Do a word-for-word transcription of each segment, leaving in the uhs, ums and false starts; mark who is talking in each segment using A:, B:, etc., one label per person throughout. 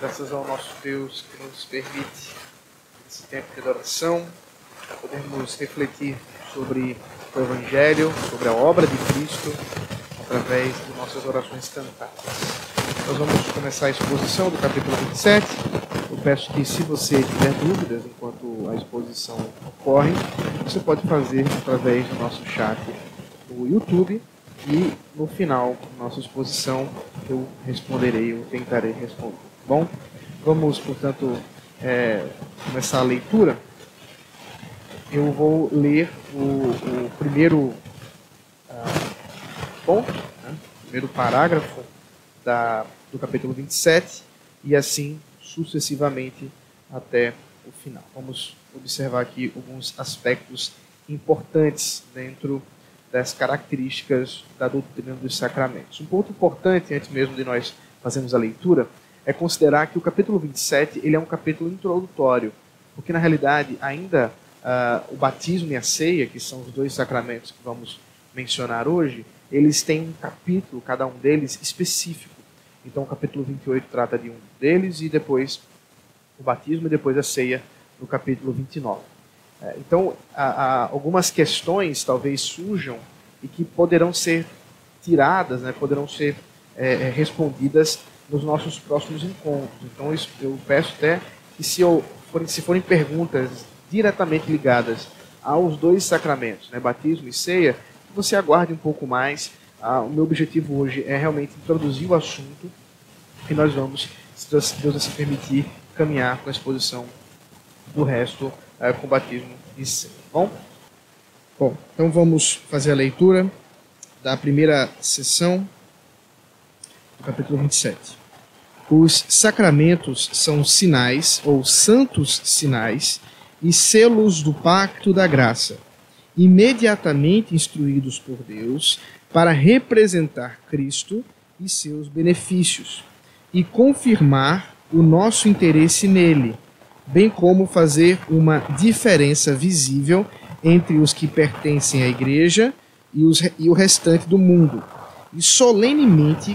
A: Graças ao nosso Deus que nos permite esse tempo de adoração, podermos refletir sobre o Evangelho, sobre a obra de Cristo, através de nossas orações cantadas. Nós vamos começar a exposição do capítulo vinte e sete. Eu peço que, se você tiver dúvidas enquanto a exposição ocorre, você pode fazer através do nosso chat no YouTube, e no final da nossa exposição eu responderei, eu tentarei responder. Bom, vamos, portanto, é, começar a leitura. Eu vou ler o, o primeiro ah, ponto, né, o primeiro parágrafo da, do capítulo vinte e sete, e assim sucessivamente até o final. Vamos observar aqui alguns aspectos importantes dentro das características da doutrina dos sacramentos. Um ponto importante, antes mesmo de nós fazermos a leitura, é considerar que o capítulo vinte e sete ele é um capítulo introdutório, porque na realidade ainda uh, o batismo e a ceia, que são os dois sacramentos que vamos mencionar hoje, eles têm um capítulo, cada um deles, específico. Então o capítulo vinte e oito trata de um deles, e depois o batismo e depois a ceia no capítulo vinte e nove. É, então há, há algumas questões talvez surjam e que poderão ser tiradas, né, poderão ser é, respondidas nos nossos próximos encontros. Então eu peço até que, se, eu, se forem perguntas diretamente ligadas aos dois sacramentos, né, batismo e ceia, você aguarde um pouco mais. Ah, o meu objetivo hoje é realmente introduzir o assunto, e nós vamos, se Deus, Deus assim permitir, caminhar com a exposição do resto é, com batismo e ceia. Bom? Bom, então vamos fazer a leitura da primeira sessão do capítulo vinte e sete. Os sacramentos são sinais, ou santos sinais, e selos do pacto da graça, imediatamente instruídos por Deus para representar Cristo e seus benefícios, e confirmar o nosso interesse nele, bem como fazer uma diferença visível entre os que pertencem à Igreja e, os, e o restante do mundo, e solenemente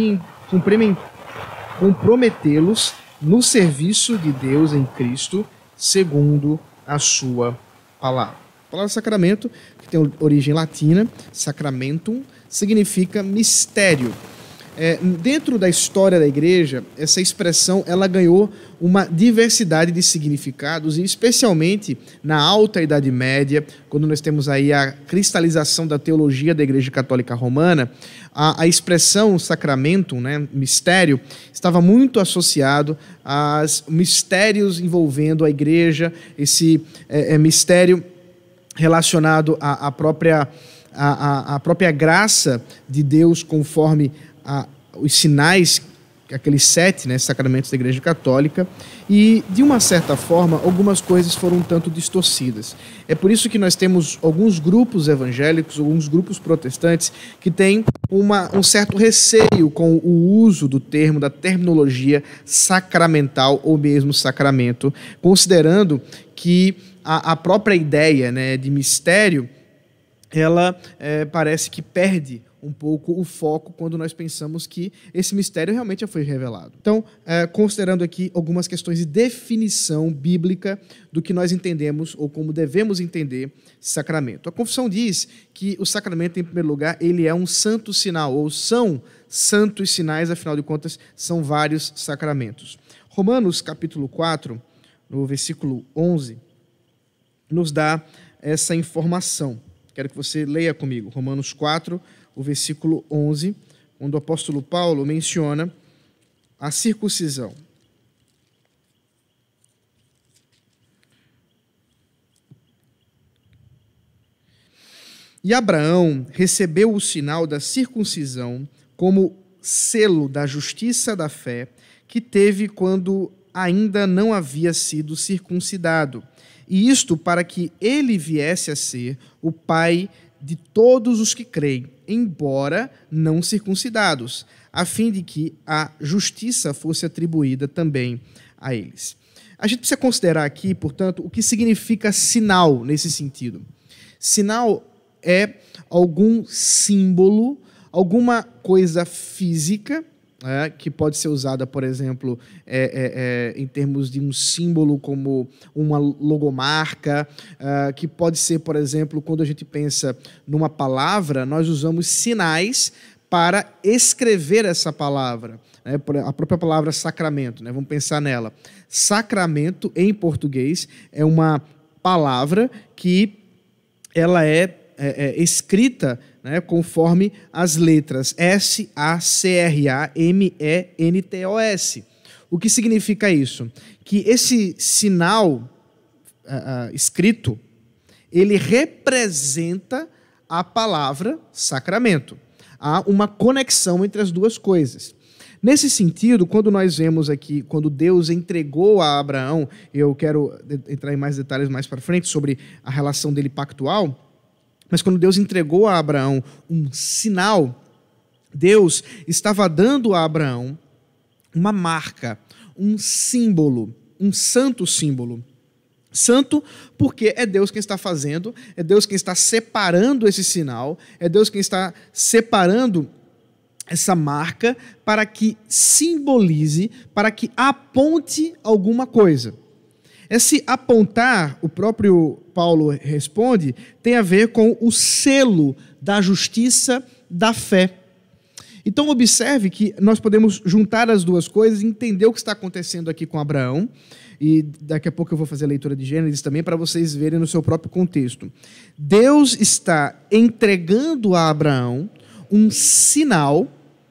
A: comprometê-los no serviço de Deus em Cristo, segundo a sua palavra. A palavra sacramento, que tem origem latina, sacramentum, significa mistério. É, dentro da história da Igreja, essa expressão ela ganhou uma diversidade de significados, e especialmente na Alta Idade Média, quando nós temos aí a cristalização da teologia da Igreja Católica Romana, a, a expressão sacramentum, né, mistério, estava muito associado aos mistérios envolvendo a Igreja, esse é, é, mistério relacionado à, à, própria, à, à própria graça de Deus, conforme A, os sinais, aqueles sete, né, sacramentos da Igreja Católica, e, de uma certa forma, algumas coisas foram um tanto distorcidas. É por isso que nós temos alguns grupos evangélicos, alguns grupos protestantes, que têm uma, um certo receio com o uso do termo, da terminologia sacramental ou mesmo sacramento, considerando que a, a própria ideia, né, de mistério, ela é, parece que perde um pouco o foco quando nós pensamos que esse mistério realmente já foi revelado. Então, é, considerando aqui algumas questões de definição bíblica do que nós entendemos ou como devemos entender sacramento. A confissão diz que o sacramento, em primeiro lugar, ele é um santo sinal, ou são santos sinais, afinal de contas, são vários sacramentos. Romanos, capítulo quatro, no versículo onze, nos dá essa informação. Quero que você leia comigo, Romanos quatro, o versículo onze, onde o apóstolo Paulo menciona a circuncisão. E Abraão recebeu o sinal da circuncisão como selo da justiça da fé que teve quando ainda não havia sido circuncidado, e isto para que ele viesse a ser o pai de todos os que creem, embora não circuncidados, a fim de que a justiça fosse atribuída também a eles. A gente precisa considerar aqui, portanto, o que significa sinal nesse sentido. Sinal é algum símbolo, alguma coisa física
B: É, que pode ser usada, por exemplo, é, é, é, em termos de um símbolo como uma logomarca, é, que pode ser, por exemplo, quando a gente pensa numa palavra, nós usamos sinais para escrever essa palavra. Né? A própria palavra sacramento, né? Vamos pensar nela. Sacramento, em português, é uma palavra que ela é, é, é escrita, né, conforme as letras S A C R A M E N T O S. O que significa isso? Que esse sinal uh, uh, escrito, ele representa a palavra sacramento. Há uma conexão entre as duas coisas. Nesse sentido, quando nós vemos aqui, quando Deus entregou a Abraão, eu quero entrar em mais detalhes mais para frente sobre a relação dele pactual, mas quando Deus entregou a Abraão um sinal, Deus estava dando a Abraão uma marca, um símbolo, um santo símbolo. Santo porque é Deus quem está fazendo, é Deus quem está separando esse sinal, é Deus quem está separando essa marca para que simbolize, para que aponte alguma coisa. Esse apontar, o próprio Paulo responde, tem a ver com o selo da justiça da fé. Então observe que nós podemos juntar as duas coisas e entender o que está acontecendo aqui com Abraão, e daqui a pouco eu vou fazer a leitura de Gênesis também para vocês verem no seu próprio contexto. Deus está entregando a Abraão um sinal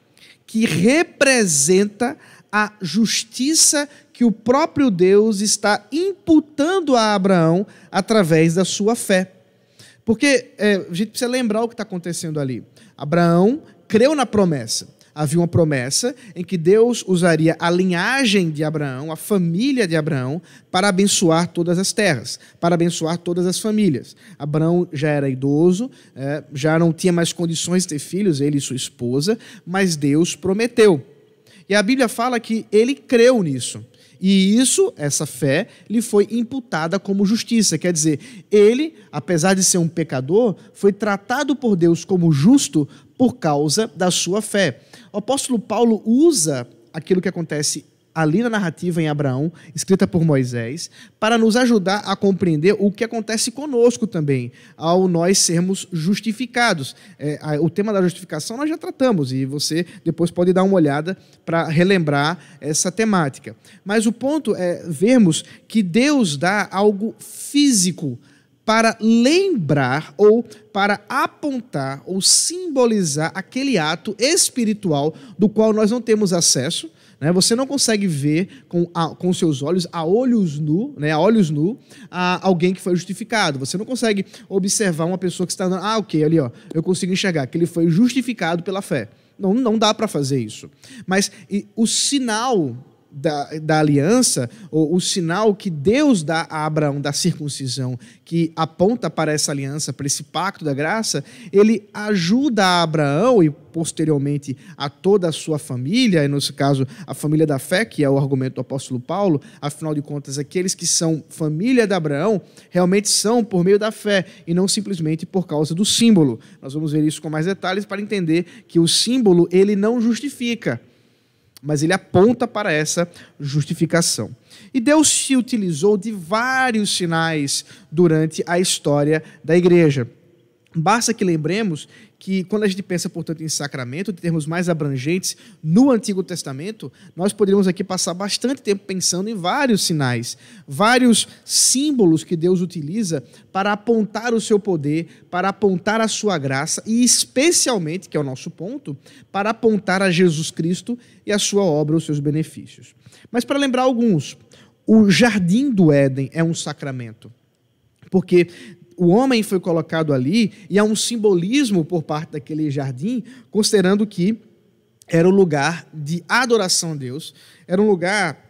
B: que representa a justiça que o próprio Deus está imputando a Abraão através da sua fé. Porque é, a gente precisa lembrar o que está acontecendo ali. Abraão creu na promessa. Havia uma promessa em que Deus usaria a linhagem de Abraão, a família de Abraão, para abençoar todas as terras, para abençoar todas as famílias. Abraão já era idoso, é, já não tinha mais condições de ter filhos, ele e sua esposa, mas Deus prometeu. E a Bíblia fala que ele creu nisso. E isso, essa fé, lhe foi imputada como justiça. Quer dizer, ele, apesar de ser um pecador, foi tratado por Deus como justo por causa da sua fé. O apóstolo Paulo usa aquilo que acontece ali na narrativa em Abraão, escrita por Moisés, para nos ajudar a compreender o que acontece conosco também, ao nós sermos justificados. É, o tema da justificação nós já tratamos, e você depois pode dar uma olhada para relembrar essa temática. Mas o ponto é vermos que Deus dá algo físico para lembrar ou para apontar ou simbolizar aquele ato espiritual do qual nós não temos acesso. Você não consegue ver com, a, com seus olhos, a olhos nu, né, a olhos nu, a alguém que foi justificado. Você não consegue observar uma pessoa que está andando, ah, ok, ali, ó, eu consigo enxergar que ele foi justificado pela fé. Não, não dá para fazer isso. Mas e, o sinal da, da aliança, ou o sinal que Deus dá a Abraão da circuncisão, que aponta para essa aliança, para esse pacto da graça, ele ajuda a Abraão e posteriormente a toda a sua família, e nesse caso a família da fé, que é o argumento do apóstolo Paulo, afinal de contas, aqueles que são família de Abraão realmente são por meio da fé e não simplesmente por causa do símbolo. Nós vamos ver isso com mais detalhes para entender que o símbolo ele não justifica, mas ele aponta para essa justificação. E Deus se utilizou de vários sinais durante a história da igreja. Basta que lembremos que quando a gente pensa, portanto, em sacramento, de termos mais abrangentes no Antigo Testamento, nós poderíamos aqui passar bastante tempo pensando em vários sinais, vários símbolos que Deus utiliza para apontar o seu poder, para apontar a sua graça e, especialmente, que é o nosso ponto, para apontar a Jesus Cristo e a sua obra, os seus benefícios. Mas para lembrar alguns, o Jardim do Éden é um sacramento, porque o homem foi colocado ali e há um simbolismo por parte daquele jardim, considerando que era um lugar de adoração a Deus, era um lugar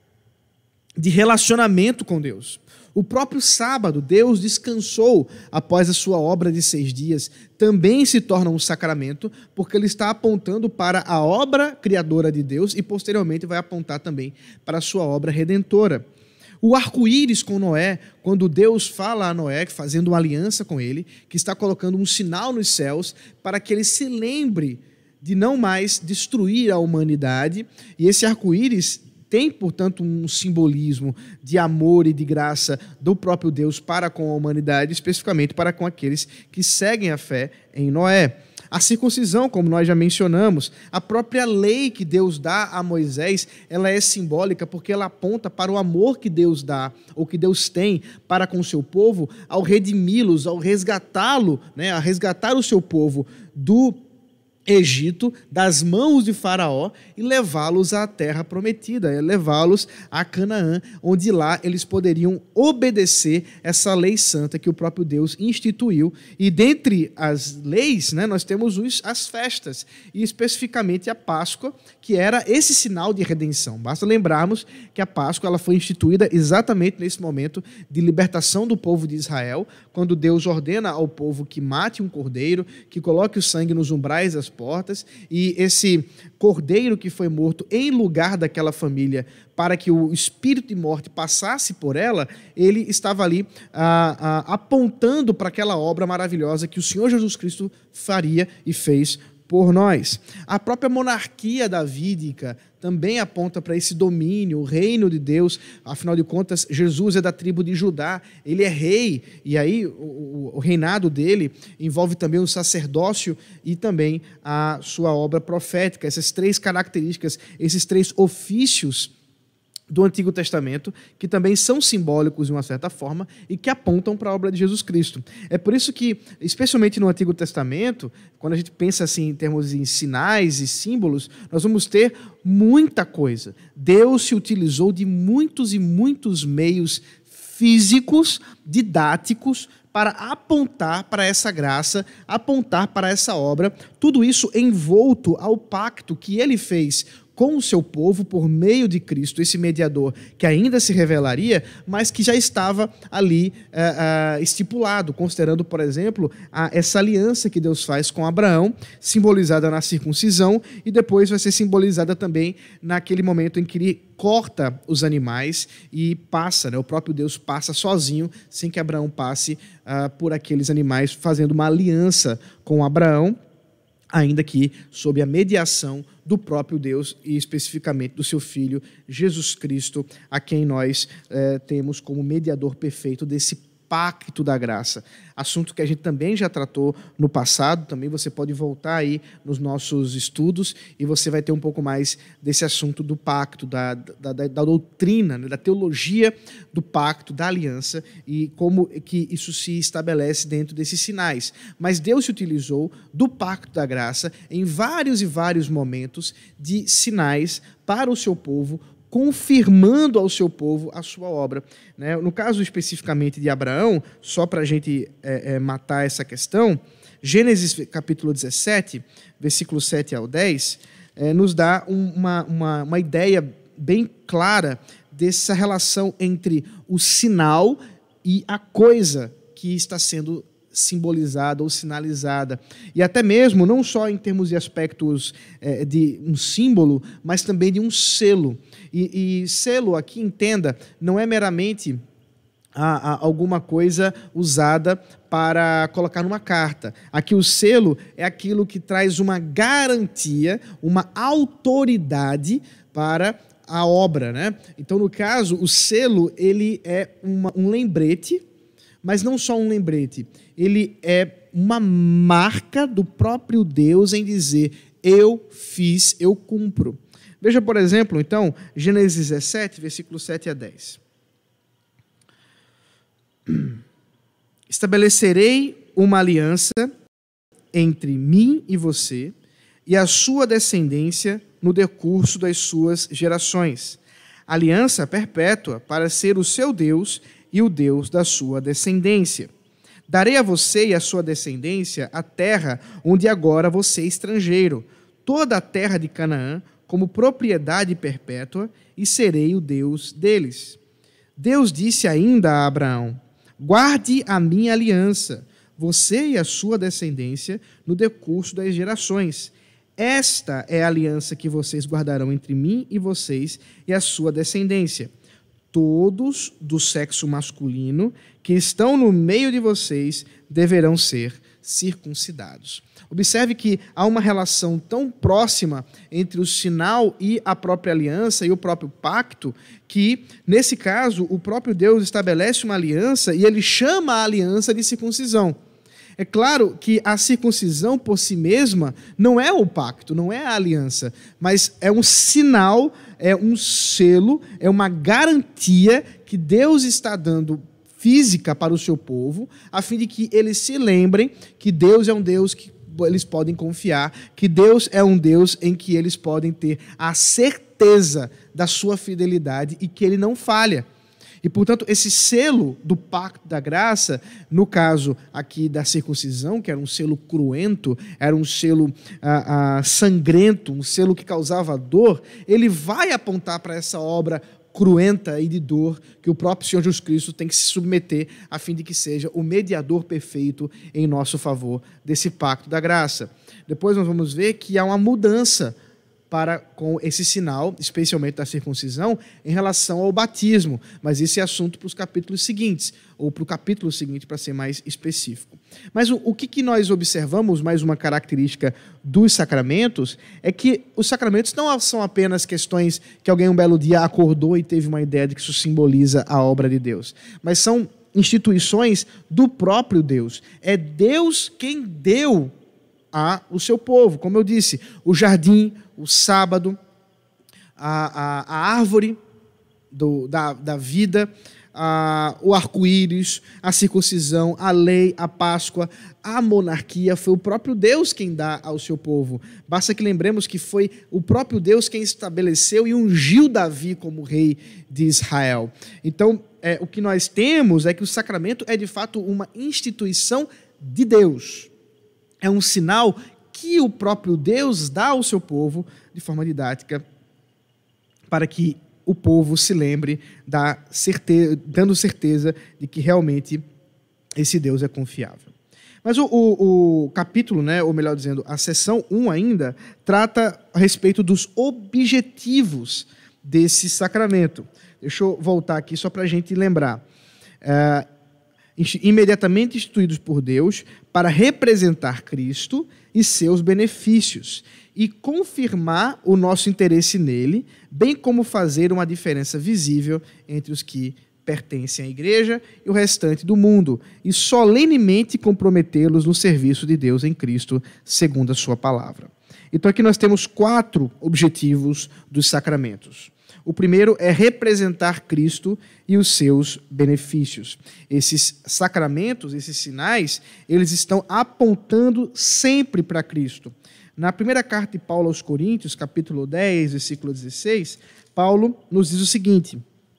B: de relacionamento com Deus. O próprio sábado, Deus descansou após a sua obra de seis dias, também se torna um sacramento, porque ele está apontando para a obra criadora de Deus e posteriormente vai apontar também para a sua obra redentora. O arco-íris com Noé, quando Deus fala a Noé, fazendo uma aliança com ele, que está colocando um sinal nos céus para que ele se lembre de não mais destruir a humanidade, e esse arco-íris tem, portanto, um simbolismo de amor e de graça do próprio Deus para com a humanidade, especificamente para com aqueles que seguem a fé em Noé. A circuncisão, como nós já mencionamos, a própria lei que Deus dá a Moisés, ela é simbólica porque ela aponta para o amor que Deus dá, ou que Deus tem para com o seu povo, ao redimi-los, ao resgatá-lo, né, a resgatar o seu povo do Egito, das mãos de Faraó, e levá-los à terra prometida, levá-los a Canaã, onde lá eles poderiam obedecer essa lei santa que o próprio Deus instituiu. E dentre as leis, né, nós temos os, as festas, e especificamente a Páscoa, que era esse sinal de redenção. Basta lembrarmos que a Páscoa ela foi instituída exatamente nesse momento de libertação do povo de Israel, quando Deus ordena ao povo que mate um cordeiro, que coloque o sangue nos umbrais das portas, e esse cordeiro que foi morto em lugar daquela família para que o espírito de morte passasse por ela, ele estava ali ah, ah, apontando para aquela obra maravilhosa que o Senhor Jesus Cristo faria e fez por nós. A própria monarquia davídica também aponta para esse domínio, o reino de Deus. Afinal de contas, Jesus é da tribo de Judá, ele é rei, e aí o, o reinado dele envolve também o sacerdócio e também a sua obra profética. Essas três características, esses três ofícios do Antigo Testamento, que também são simbólicos de uma certa forma e que apontam para a obra de Jesus Cristo. É por isso que, especialmente no Antigo Testamento, quando a gente pensa assim em termos de sinais e símbolos, nós vamos ter muita coisa. Deus se utilizou de muitos e muitos meios físicos, didáticos, para apontar para essa graça, apontar para essa obra, tudo isso envolto ao pacto que ele fez com o seu povo por meio de Cristo, esse mediador que ainda se revelaria, mas que já estava ali uh, uh, estipulado, considerando, por exemplo, a, essa aliança que Deus faz com Abraão, simbolizada na circuncisão, e depois vai ser simbolizada também naquele momento em que ele corta os animais e passa, né, o próprio Deus passa sozinho, sem que Abraão passe uh, por aqueles animais, fazendo uma aliança com Abraão, ainda que sob a mediação do próprio Deus e especificamente do seu Filho Jesus Cristo, a quem nós eh, temos como mediador perfeito desse pacto da graça. Assunto que a gente também já tratou no passado, também você pode voltar aí nos nossos estudos e você vai ter um pouco mais desse assunto do pacto, da, da, da, da doutrina, né, da teologia do pacto, da aliança e como que isso se estabelece dentro desses sinais. Mas Deus se utilizou do pacto da graça em vários e vários momentos de sinais para o seu povo, confirmando ao seu povo a sua obra. No caso especificamente de Abraão, só para a gente é, é, matar essa questão, Gênesis capítulo dezessete, versículos sete ao dez, é, nos dá uma, uma, uma ideia bem clara dessa relação entre o sinal e a coisa que está sendo simbolizada ou sinalizada. E até mesmo, não só em termos de aspectos é, de um símbolo, mas também de um selo. E, e selo, aqui entenda, não é meramente a, a, alguma coisa usada para colocar numa carta. Aqui o selo é aquilo que traz uma garantia, uma autoridade para a obra, né? Então, no caso, o selo ele é uma, um lembrete, mas não só um lembrete, ele é uma marca do próprio Deus em dizer, eu fiz, eu cumpro. Veja, por exemplo, então, Gênesis dezessete, versículos sete a dez. Estabelecerei uma aliança entre mim e você e a sua descendência no decurso das suas gerações. Aliança perpétua para ser o seu Deus e o Deus da sua descendência. Darei a você e a sua descendência a terra onde agora você é estrangeiro, toda a terra de Canaã, como propriedade perpétua, e serei o Deus deles. Deus disse ainda a Abraão, guarde a minha aliança, você e a sua descendência, no decurso das gerações. Esta é a aliança que vocês guardarão entre mim e vocês e a sua descendência. Todos do sexo masculino que estão no meio de vocês deverão ser circuncidados. Observe que há uma relação tão próxima entre o sinal e a própria aliança e o próprio pacto, que, nesse caso, o próprio Deus estabelece uma aliança e ele chama a aliança de circuncisão. É claro que a circuncisão por si mesma não é o pacto, não é a aliança, mas é um sinal, é um selo, é uma garantia que Deus está dando física para o seu povo, a fim de que eles se lembrem que Deus é um Deus que eles podem confiar, que Deus é um Deus em que eles podem ter a certeza da sua fidelidade e que ele não falha. E, portanto, esse selo do pacto da graça, no caso aqui da circuncisão, que era um selo cruento, era um selo ah, ah, sangrento, um selo que causava dor, ele vai apontar para essa obra cruenta e de dor que o próprio Senhor Jesus Cristo tem que se submeter a fim de que seja o mediador perfeito em nosso favor desse pacto da graça. Depois nós vamos ver que há uma mudança para com esse sinal, especialmente da circuncisão, em relação ao batismo. Mas esse é assunto para os capítulos seguintes, ou para o capítulo seguinte, para ser mais específico. Mas o, o que, que nós observamos, mais uma característica dos sacramentos, é que os sacramentos não são apenas questões que alguém um belo dia acordou e teve uma ideia de que isso simboliza a obra de Deus, mas são instituições do próprio Deus. É Deus quem deu ao seu povo, como eu disse, o jardim, o sábado, a, a, a árvore do, da, da vida, a, o arco-íris, a circuncisão, a lei, a Páscoa, a monarquia, foi o próprio Deus quem dá ao seu povo. Basta que lembremos que foi o próprio Deus quem estabeleceu e ungiu Davi como rei de Israel. Então, é, o que nós temos é que o sacramento é de fato uma instituição de Deus. É um sinal que o próprio Deus dá ao seu povo de forma didática para que o povo se lembre, da certeza, dando certeza de que realmente esse Deus é confiável. Mas o, o, o capítulo, né, ou melhor dizendo, a seção um ainda, trata a respeito dos objetivos desse sacramento. Deixa eu voltar aqui só para a gente lembrar. É, imediatamente instituídos por Deus para representar Cristo e seus benefícios e confirmar o nosso interesse nele, bem como fazer uma diferença visível entre os que pertencem à igreja e o restante do mundo, e solenemente comprometê-los no serviço de Deus em Cristo, segundo a sua palavra. Então aqui nós temos quatro objetivos dos sacramentos. O primeiro é representar Cristo e os seus benefícios. Esses sacramentos, esses sinais, eles estão apontando sempre para Cristo. Na primeira carta de Paulo aos Coríntios, capítulo dez, versículo dezesseis, Paulo nos diz o seguinte: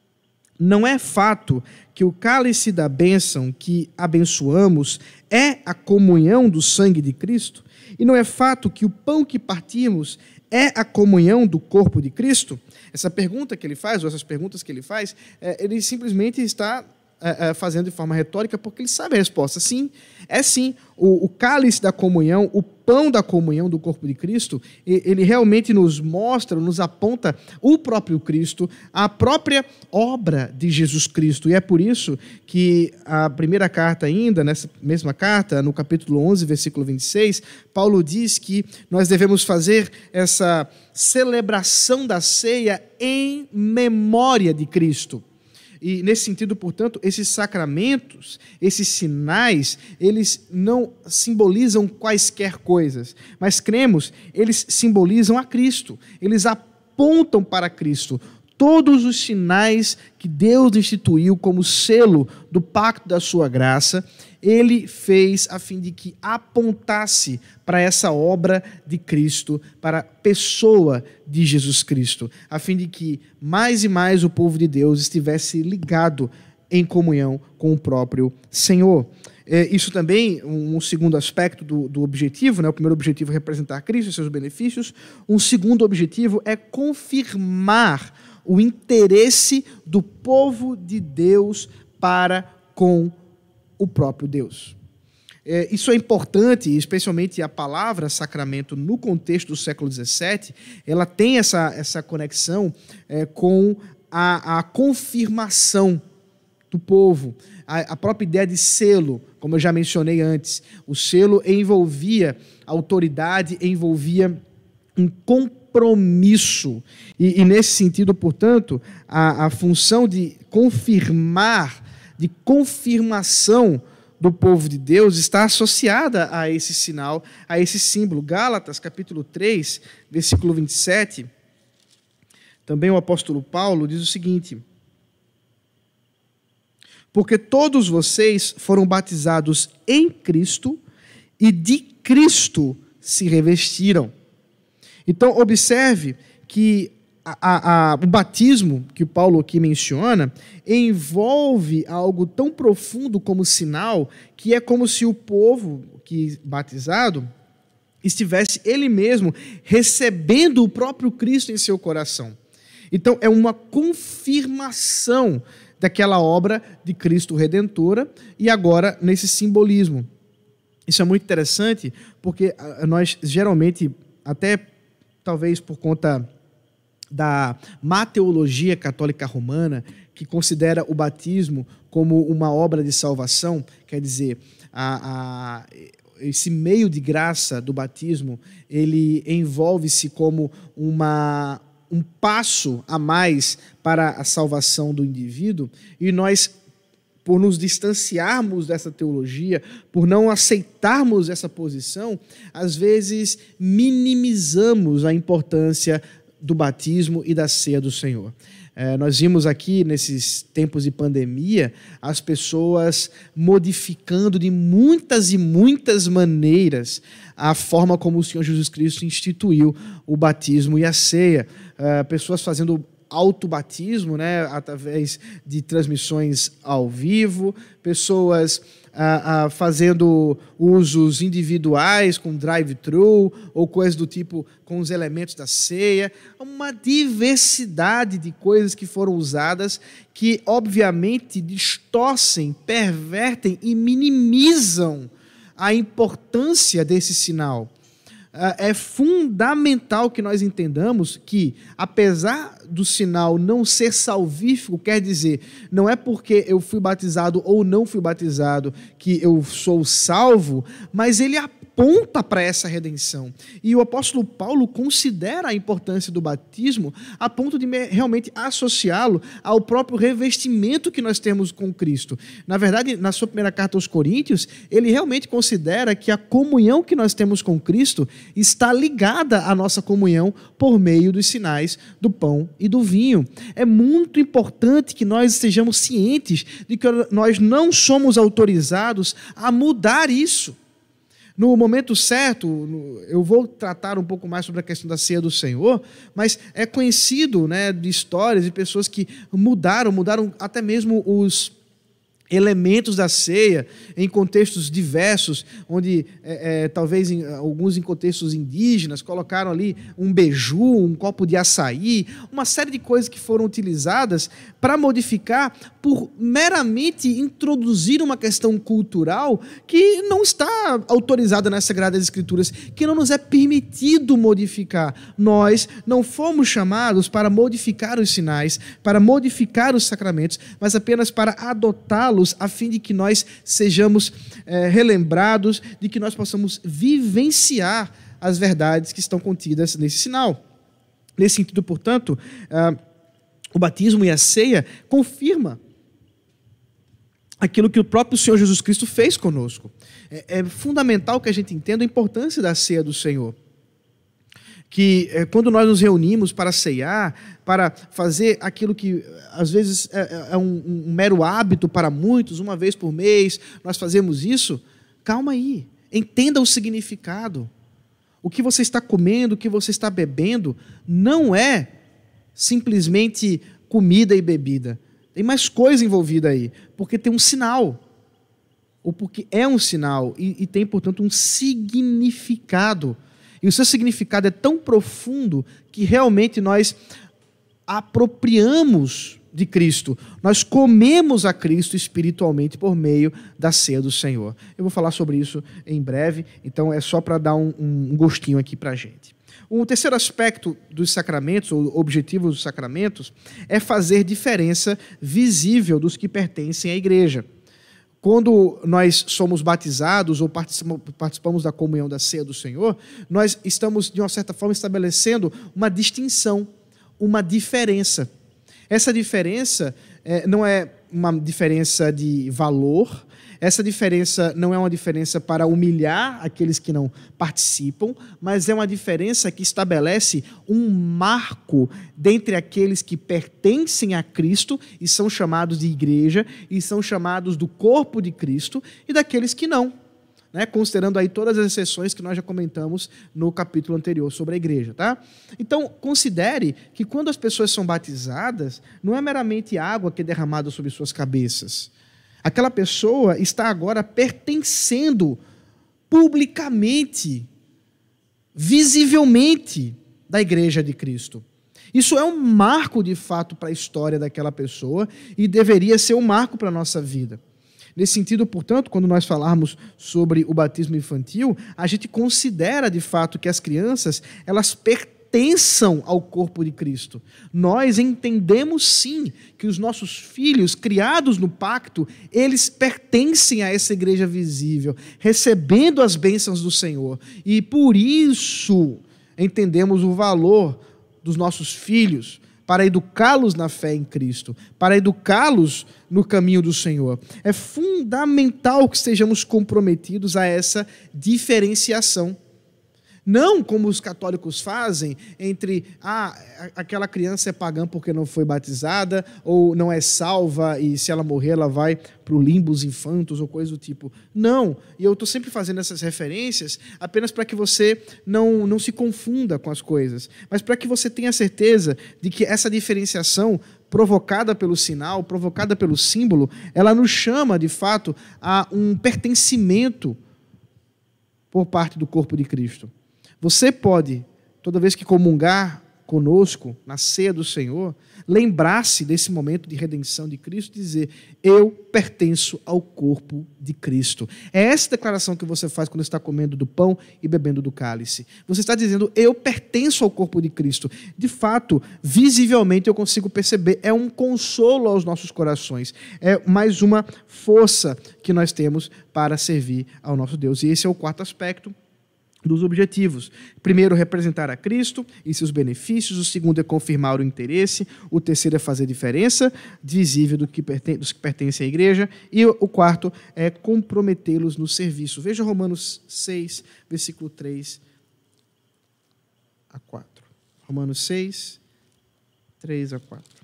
B: não é fato que o cálice da bênção que abençoamos é a comunhão do sangue de Cristo? E não é fato que o pão que partimos é a comunhão do corpo de Cristo? Essa pergunta que ele faz, ou essas perguntas que ele faz, é, ele simplesmente está é, é, fazendo de forma retórica porque ele sabe a resposta. Sim, é sim. O, o cálice da comunhão, o pão da comunhão do corpo de Cristo, ele realmente nos mostra, nos aponta o próprio Cristo, a própria obra de Jesus Cristo. E é por isso que a primeira carta ainda, nessa mesma carta, no capítulo onze, versículo vinte e seis, Paulo diz que nós devemos fazer essa celebração da ceia em memória de Cristo. E, nesse sentido, portanto, esses sacramentos, esses sinais, eles não simbolizam quaisquer coisas, mas cremos, eles simbolizam a Cristo, eles apontam para Cristo. Todos os sinais que Deus instituiu como selo do pacto da sua graça, ele fez a fim de que apontasse para essa obra de Cristo, para a pessoa de Jesus Cristo, a fim de que mais e mais o povo de Deus estivesse ligado em comunhão com o próprio Senhor. É, isso também, um, um segundo aspecto do, do objetivo, né? O primeiro objetivo é representar Cristo e seus benefícios. Um segundo objetivo é confirmar o interesse do povo de Deus para com o próprio Deus. É, isso é importante, especialmente a palavra sacramento no contexto do século dezessete, ela tem essa, essa conexão é, com a, a confirmação do povo. A, a própria ideia de selo, como eu já mencionei antes, o selo envolvia autoridade, envolvia um compromisso. E, e nesse sentido, portanto, a, a função de confirmar, de confirmação do povo de Deus está associada a esse sinal, a esse símbolo. Gálatas, capítulo três, versículo vinte e sete, também o apóstolo Paulo diz o seguinte: porque todos vocês foram batizados em Cristo e de Cristo se revestiram. Então, observe que a, a, a, o batismo que o Paulo aqui menciona envolve algo tão profundo como sinal, que é como se o povo que batizado estivesse ele mesmo recebendo o próprio Cristo em seu coração. Então, é uma confirmação daquela obra de Cristo redentora e agora nesse simbolismo. Isso é muito interessante porque nós geralmente, até talvez por conta da má teologia católica romana, que considera o batismo como uma obra de salvação, quer dizer, a, a, esse meio de graça do batismo, ele envolve-se como uma, um passo a mais para a salvação do indivíduo, e nós, por nos distanciarmos dessa teologia, por não aceitarmos essa posição, às vezes minimizamos a importância do batismo e da ceia do Senhor. É, nós vimos aqui, nesses tempos de pandemia, as pessoas modificando de muitas e muitas maneiras a forma como o Senhor Jesus Cristo instituiu o batismo e a ceia. É, pessoas fazendo autobatismo, né, através de transmissões ao vivo, pessoas ah, ah, fazendo usos individuais com drive-thru ou coisas do tipo com os elementos da ceia, uma diversidade de coisas que foram usadas que obviamente distorcem, pervertem e minimizam a importância desse sinal. É fundamental que nós entendamos que, apesar do sinal não ser salvífico, quer dizer, não é porque eu fui batizado ou não fui batizado que eu sou salvo, mas ele aponta para essa redenção. E o apóstolo Paulo considera a importância do batismo a ponto de realmente associá-lo ao próprio revestimento que nós temos com Cristo. Na verdade, na sua primeira carta aos Coríntios, ele realmente considera que a comunhão que nós temos com Cristo está ligada à nossa comunhão por meio dos sinais do pão e do vinho. É muito importante que nós estejamos cientes de que nós não somos autorizados a mudar isso. No momento certo, eu vou tratar um pouco mais sobre a questão da ceia do Senhor, mas é conhecido, né, de histórias de pessoas que mudaram, mudaram até mesmo os elementos da ceia em contextos diversos, onde é, é, talvez em, alguns em contextos indígenas colocaram ali um beiju, um copo de açaí, uma série de coisas que foram utilizadas para modificar, por meramente introduzir uma questão cultural que não está autorizada nas Sagradas Escrituras, que não nos é permitido modificar. Nós não fomos chamados para modificar os sinais, para modificar os sacramentos, mas apenas para adotá-los a fim de que nós sejamos é, relembrados, de que nós possamos vivenciar as verdades que estão contidas nesse sinal. Nesse sentido, portanto, ah, o batismo e a ceia confirma aquilo que o próprio Senhor Jesus Cristo fez conosco. É, é fundamental que a gente entenda a importância da ceia do Senhor. Que é, quando nós nos reunimos para ceiar, para fazer aquilo que às vezes é, é um, um mero hábito para muitos, uma vez por mês nós fazemos isso, calma aí, entenda o significado. O que você está comendo, o que você está bebendo, não é simplesmente comida e bebida. Tem mais coisa envolvida aí, porque tem um sinal, ou porque é um sinal, e, e tem, portanto, um significado. E o seu significado é tão profundo que realmente nós apropriamos de Cristo. Nós comemos a Cristo espiritualmente por meio da ceia do Senhor. Eu vou falar sobre isso em breve, então é só para dar um, um gostinho aqui para a gente. O terceiro aspecto dos sacramentos, ou objetivo dos sacramentos, é fazer diferença visível dos que pertencem à igreja. Quando nós somos batizados ou participamos da comunhão da ceia do Senhor, nós estamos, de uma certa forma, estabelecendo uma distinção, uma diferença. Essa diferença é, não é uma diferença de valor, essa diferença não é uma diferença para humilhar aqueles que não participam, mas é uma diferença que estabelece um marco dentre aqueles que pertencem a Cristo e são chamados de igreja e são chamados do corpo de Cristo e daqueles que não, né? Considerando aí todas as exceções que nós já comentamos no capítulo anterior sobre a igreja, tá? Então, considere que quando as pessoas são batizadas, não é meramente água que é derramada sobre suas cabeças. Aquela pessoa está agora pertencendo publicamente, visivelmente, da igreja de Cristo. Isso é um marco, de fato, para a história daquela pessoa e deveria ser um marco para a nossa vida. Nesse sentido, portanto, quando nós falarmos sobre o batismo infantil, a gente considera, de fato, que as crianças, elas pertencem pertençam ao corpo de Cristo. Nós entendemos sim que os nossos filhos, criados no pacto, eles pertencem a essa igreja visível, recebendo as bênçãos do Senhor. E por isso entendemos o valor dos nossos filhos, para educá-los na fé em Cristo, para educá-los no caminho do Senhor. É fundamental que estejamos comprometidos a essa diferenciação. Não como os católicos fazem, entre ah, aquela criança é pagã porque não foi batizada, ou não é salva e se ela morrer ela vai para o limbo dos infantos ou coisa do tipo. Não, e eu estou sempre fazendo essas referências apenas para que você não, não se confunda com as coisas, mas para que você tenha certeza de que essa diferenciação provocada pelo sinal, provocada pelo símbolo, ela nos chama de fato a um pertencimento por parte do corpo de Cristo. Você pode, toda vez que comungar conosco na ceia do Senhor, lembrar-se desse momento de redenção de Cristo e dizer: eu pertenço ao corpo de Cristo. É essa declaração que você faz quando está comendo do pão e bebendo do cálice. Você está dizendo: eu pertenço ao corpo de Cristo. De fato, visivelmente eu consigo perceber, é um consolo aos nossos corações. É mais uma força que nós temos para servir ao nosso Deus. E esse é o quarto aspecto dos objetivos. Primeiro, representar a Cristo e seus benefícios. O segundo é confirmar o interesse. O terceiro é fazer diferença visível do que pertence, dos que pertencem à igreja. E o quarto é comprometê-los no serviço. Veja Romanos seis, versículo três a quatro. Romanos seis, três a quatro.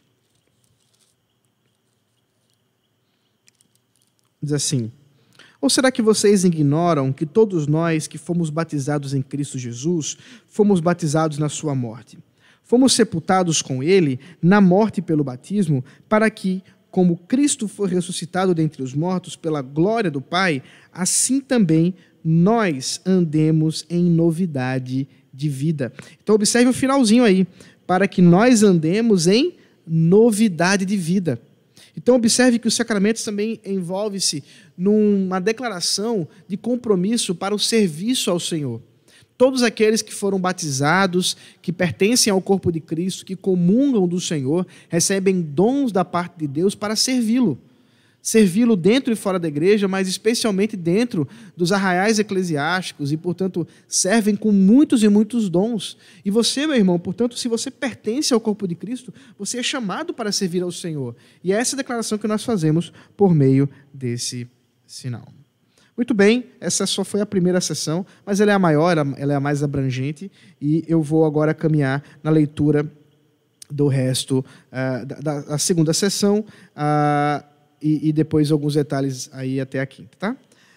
B: Diz assim: ou será que vocês ignoram que todos nós que fomos batizados em Cristo Jesus, fomos batizados na sua morte? Fomos sepultados com ele na morte pelo batismo, para que, como Cristo foi ressuscitado dentre os mortos pela glória do Pai, assim também nós andemos em novidade de vida. Então observe o finalzinho aí, para que nós andemos em novidade de vida. Então observe que os sacramentos também envolvem-se numa declaração de compromisso para o serviço ao Senhor. Todos aqueles que foram batizados, que pertencem ao corpo de Cristo, que comungam do Senhor, recebem dons da parte de Deus para servi-lo. Servi-lo dentro e fora da igreja, mas especialmente dentro dos arraiais eclesiásticos e, portanto, servem com muitos e muitos dons. E você, meu irmão, portanto, se você pertence ao corpo de Cristo, você é chamado para servir ao Senhor. E é essa declaração que nós fazemos por meio desse sinal. Muito bem, essa só foi a primeira sessão, mas ela é a maior, ela é a mais abrangente, e eu vou agora caminhar na leitura do resto uh, da, da segunda sessão, uh, E, e depois alguns detalhes aí até a quinta, tá?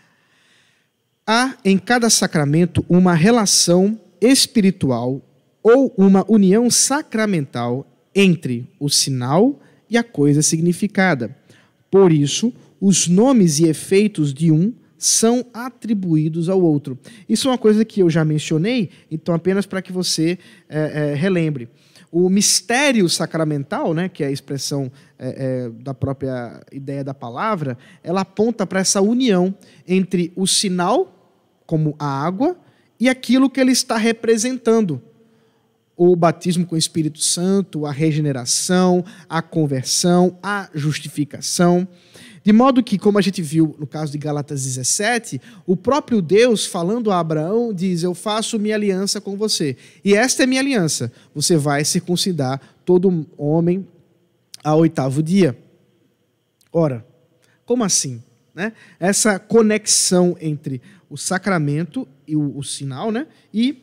B: Há em cada sacramento uma relação espiritual ou uma união sacramental entre o sinal e a coisa significada. Por isso, os nomes e efeitos de um são atribuídos ao outro. Isso é uma coisa que eu já mencionei, então apenas para que você é, é, relembre. O mistério sacramental, né, que é a expressão é, é, da própria ideia da palavra, ela aponta para essa união entre o sinal, como a água, e aquilo que ele está representando, o batismo com o Espírito Santo, a regeneração, a conversão, a justificação. De modo que, como a gente viu no caso de Gálatas dezessete, o próprio Deus, falando a Abraão, diz: eu faço minha aliança com você. E esta é minha aliança. Você vai circuncidar todo homem ao oitavo dia. Ora, como assim? Né? Essa conexão entre o sacramento e o, o sinal, né? E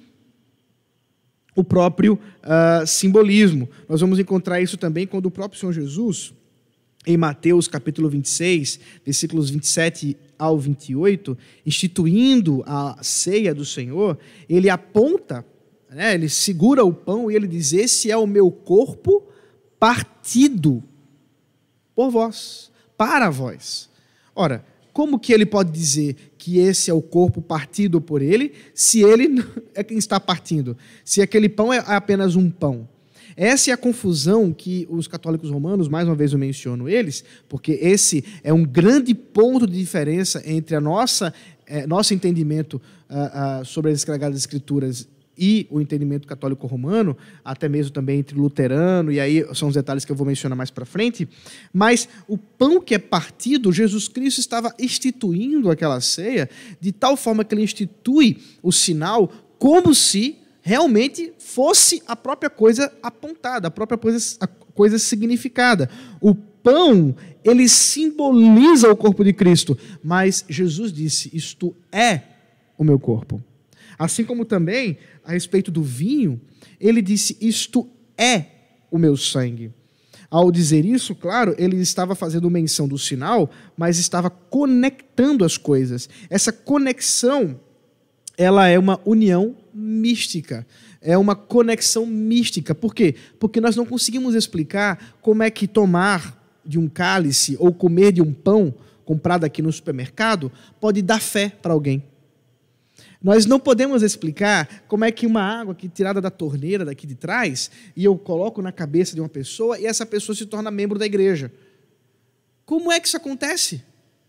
B: o próprio uh, simbolismo. Nós vamos encontrar isso também quando o próprio Senhor Jesus, em Mateus capítulo vinte e seis, versículos vinte e sete ao vinte e oito, instituindo a ceia do Senhor, ele aponta, né, ele segura o pão e ele diz: esse é o meu corpo partido por vós, para vós. Ora, como que ele pode dizer que esse é o corpo partido por ele, se ele é quem está partindo? Se aquele pão é apenas um pão. Essa é a confusão que os católicos romanos, mais uma vez eu menciono eles, porque esse é um grande ponto de diferença entre a nossa, é, nosso entendimento uh, uh, sobre as Sagradas Escrituras e o entendimento católico romano, até mesmo também entre luterano, e aí são os detalhes que eu vou mencionar mais para frente. Mas o pão que é partido, Jesus Cristo estava instituindo aquela ceia de tal forma que ele institui o sinal como se realmente fosse a própria coisa apontada, a própria coisa, a coisa significada. O pão, ele simboliza o corpo de Cristo, mas Jesus disse: isto é o meu corpo. Assim como também, a respeito do vinho, ele disse: isto é o meu sangue. Ao dizer isso, claro, ele estava fazendo menção do sinal, mas estava conectando as coisas. Essa conexão, ela é uma união mística, é uma conexão mística. Por quê? Porque nós não conseguimos explicar como é que tomar de um cálice ou comer de um pão comprado aqui no supermercado pode dar fé para alguém. Nós não podemos explicar como é que uma água que tirada da torneira daqui de trás e eu coloco na cabeça de uma pessoa e essa pessoa se torna membro da igreja. Como é que isso acontece?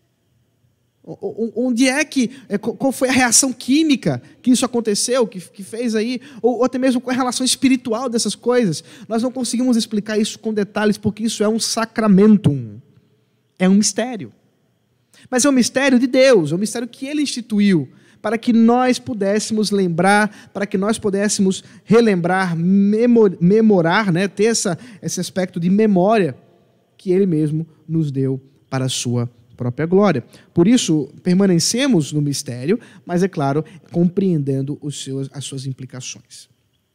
B: Onde é que, qual foi a reação química que isso aconteceu, que, que fez aí, ou, ou até mesmo qual é a relação espiritual dessas coisas? Nós não conseguimos explicar isso com detalhes, porque isso é um sacramentum, é um mistério. Mas é um mistério de Deus, é um mistério que Ele instituiu, para que nós pudéssemos lembrar, para que nós pudéssemos relembrar, memor, memorar, né, ter essa, esse aspecto de memória que Ele mesmo nos deu para a sua própria glória. Por isso, permanecemos no mistério, mas, é claro, compreendendo os seus, as suas implicações.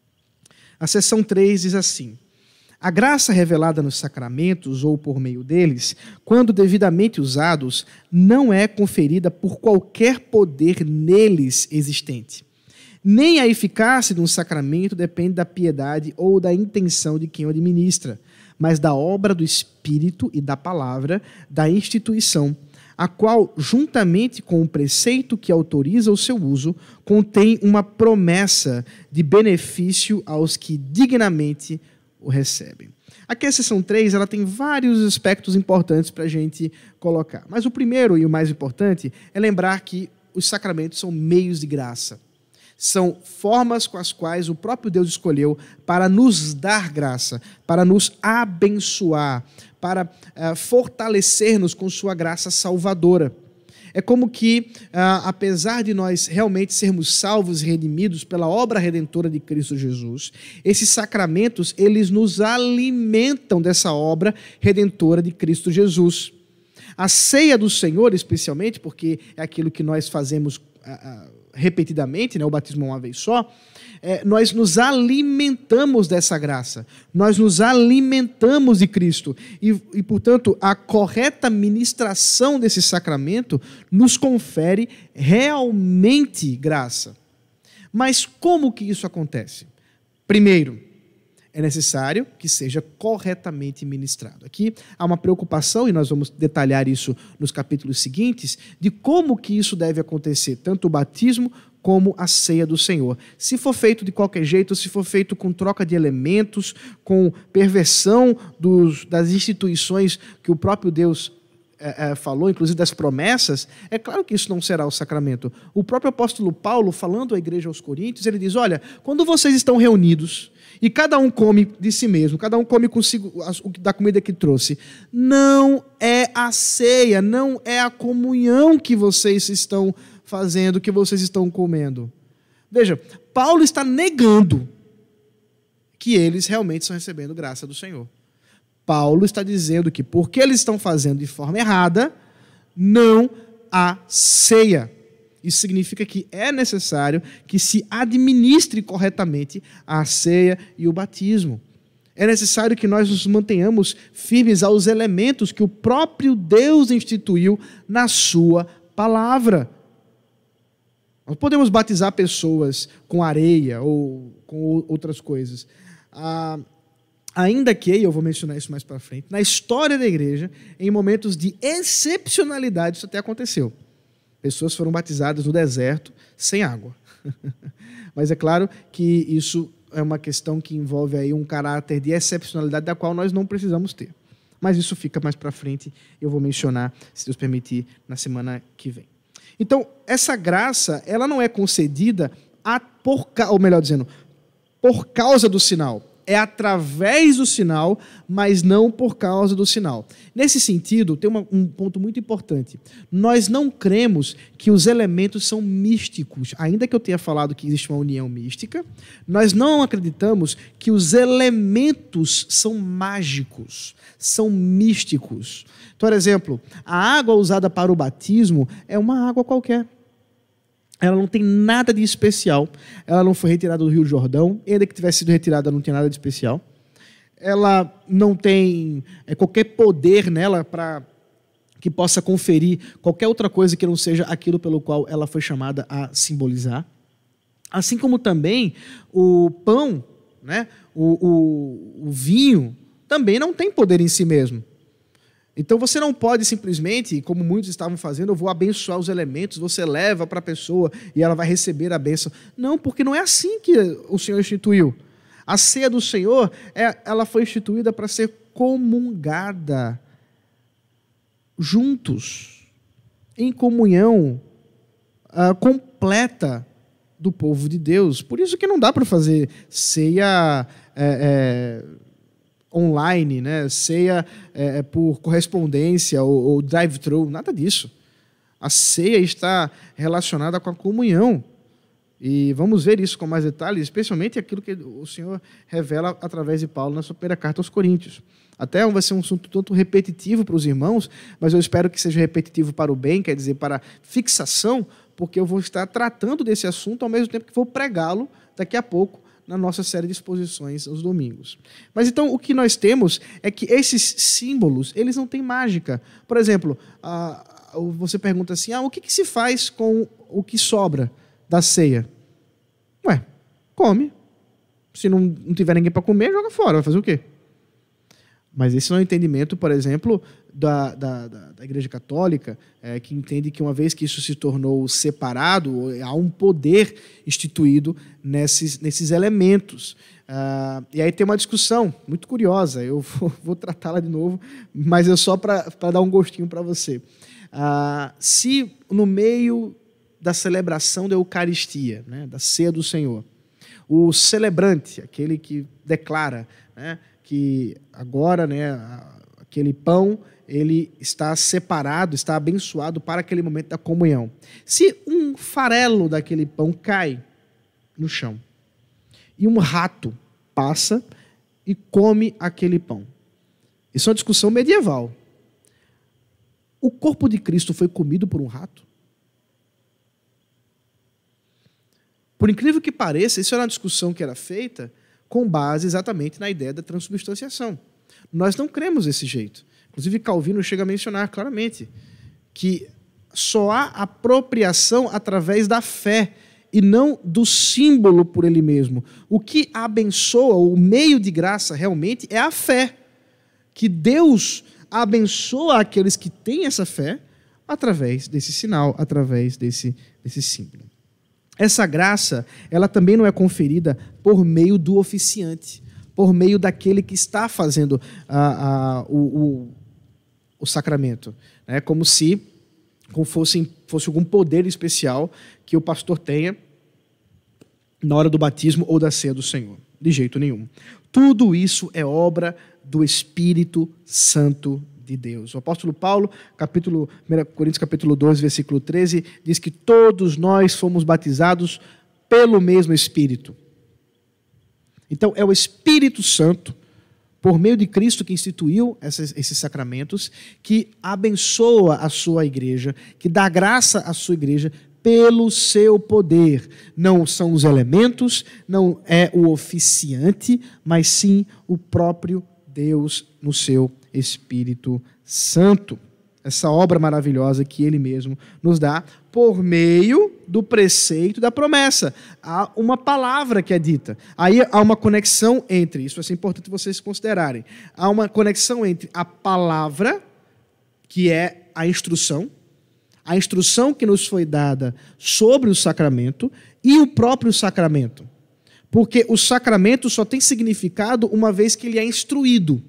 B: A seção três diz assim: a graça revelada nos sacramentos ou por meio deles, quando devidamente usados, não é conferida por qualquer poder neles existente. Nem a eficácia de um sacramento depende da piedade ou da intenção de quem o administra, mas da obra do Espírito e da palavra da instituição, a qual, juntamente com o preceito que autoriza o seu uso, contém uma promessa de benefício aos que dignamente o recebem. Aqui a seção três, ela tem vários aspectos importantes para a gente colocar. Mas o primeiro e o mais importante é lembrar que os sacramentos são meios de graça. São formas com as quais o próprio Deus escolheu para nos dar graça, para nos abençoar, para uh, fortalecer-nos com sua graça salvadora. É como que, uh, apesar de nós realmente sermos salvos e redimidos pela obra redentora de Cristo Jesus, esses sacramentos, eles nos alimentam dessa obra redentora de Cristo Jesus. A ceia do Senhor, especialmente, porque é aquilo que nós fazemos uh, uh, repetidamente, né, o batismo uma vez só, é, nós nos alimentamos dessa graça, nós nos alimentamos de Cristo e, e, portanto, a correta ministração desse sacramento nos confere realmente graça. Mas como que isso acontece? Primeiro, é necessário que seja corretamente ministrado. Aqui há uma preocupação, e nós vamos detalhar isso nos capítulos seguintes, de como que isso deve acontecer, tanto o batismo como a ceia do Senhor. Se for feito de qualquer jeito, se for feito com troca de elementos, com perversão dos, das instituições que o próprio Deus é, é, falou, inclusive das promessas, é claro que isso não será o sacramento. O próprio apóstolo Paulo, falando à igreja aos Coríntios, ele diz, olha, quando vocês estão reunidos e cada um come de si mesmo, cada um come consigo da comida que trouxe, não é a ceia, não é a comunhão que vocês estão fazendo, que vocês estão comendo. Veja, Paulo está negando que eles realmente estão recebendo graça do Senhor. Paulo está dizendo que porque eles estão fazendo de forma errada, não há ceia. Isso significa que é necessário que se administre corretamente a ceia e o batismo. É necessário que nós nos mantenhamos firmes aos elementos que o próprio Deus instituiu na sua palavra. Nós podemos batizar pessoas com areia ou com outras coisas. Ah, ainda que, e eu vou mencionar isso mais para frente, na história da igreja, em momentos de excepcionalidade, isso até aconteceu. Pessoas foram batizadas no deserto sem água. Mas é claro que isso é uma questão que envolve aí um caráter de excepcionalidade da qual nós não precisamos ter. Mas isso fica mais para frente, eu vou mencionar, se Deus permitir, na semana que vem. Então, essa graça, ela não é concedida, a por, ou melhor dizendo, por causa do sinal. É através do sinal, mas não por causa do sinal. Nesse sentido, tem uma, um ponto muito importante. Nós não cremos que os elementos são místicos. Ainda que eu tenha falado que existe uma união mística, nós não acreditamos que os elementos são mágicos, são místicos. Por exemplo, a água usada para o batismo é uma água qualquer. Ela não tem nada de especial. Ela não foi retirada do Rio Jordão. Ainda que tivesse sido retirada, não tem nada de especial. Ela não tem é, qualquer poder nela para que possa conferir qualquer outra coisa que não seja aquilo pelo qual ela foi chamada a simbolizar. Assim como também o pão, né, o, o, o vinho, também não tem poder em si mesmo. Então você não pode simplesmente, como muitos estavam fazendo, eu vou abençoar os elementos, você leva para a pessoa e ela vai receber a bênção. Não, porque não é assim que o Senhor instituiu. A ceia do Senhor, é, ela foi instituída para ser comungada juntos, em comunhão uh, completa do povo de Deus. Por isso que não dá para fazer ceia É, é, online, né? Ceia é, por correspondência ou, ou drive-thru, nada disso. A ceia está relacionada com a comunhão. E vamos ver isso com mais detalhes, especialmente aquilo que o Senhor revela através de Paulo na sua primeira carta aos Coríntios. Até vai ser um assunto tanto repetitivo para os irmãos, mas eu espero que seja repetitivo para o bem, quer dizer, para fixação, porque eu vou estar tratando desse assunto ao mesmo tempo que vou pregá-lo daqui a pouco, na nossa série de exposições aos domingos. Mas então o que nós temos é que esses símbolos, eles não têm mágica. Por exemplo, ah, você pergunta assim, ah, o que, que se faz com o que sobra da ceia? Ué, come. Se não, não tiver ninguém para comer, joga fora. Vai fazer o quê? Mas esse não é o entendimento, por exemplo, da, da, da, da Igreja Católica, é, que entende que uma vez que isso se tornou separado, há um poder instituído nesses, nesses elementos. Ah, e aí tem uma discussão muito curiosa, eu vou, vou tratá-la de novo, mas é só para dar um gostinho para você. Ah, se no meio da celebração da Eucaristia, né, da ceia do Senhor, o celebrante, aquele que declara, né, que agora, né, aquele pão, ele está separado, está abençoado para aquele momento da comunhão. Se um farelo daquele pão cai no chão e um rato passa e come aquele pão, isso é uma discussão medieval. O corpo de Cristo foi comido por um rato? Por incrível que pareça, isso era uma discussão que era feita com base exatamente na ideia da transubstanciação. Nós não cremos desse jeito. Inclusive, Calvino chega a mencionar claramente que só há apropriação através da fé e não do símbolo por ele mesmo. O que abençoa, o meio de graça realmente é a fé. Que Deus abençoa aqueles que têm essa fé através desse sinal, através desse, desse símbolo. Essa graça, ela também não é conferida por meio do oficiante, por meio daquele que está fazendo a, a, o, o, o sacramento, né? Como se como fosse, fosse algum poder especial que o pastor tenha na hora do batismo ou da ceia do Senhor. De jeito nenhum. Tudo isso é obra do Espírito Santo de Deus. O apóstolo Paulo, capítulo, primeira Coríntios capítulo doze, versículo treze, diz que todos nós fomos batizados pelo mesmo Espírito. Então, é o Espírito Santo, por meio de Cristo, que instituiu esses, esses sacramentos, que abençoa a sua igreja, que dá graça à sua igreja pelo seu poder. Não são os elementos, não é o oficiante, mas sim o próprio Deus no seu Espírito Santo. Essa obra maravilhosa que Ele mesmo nos dá por meio do preceito da promessa. Há uma palavra que é dita. Aí há uma conexão entre, isso vai ser importante vocês considerarem, há uma conexão entre a palavra, que é a instrução, a instrução que nos foi dada sobre o sacramento e o próprio sacramento. Porque o sacramento só tem significado uma vez que ele é instruído.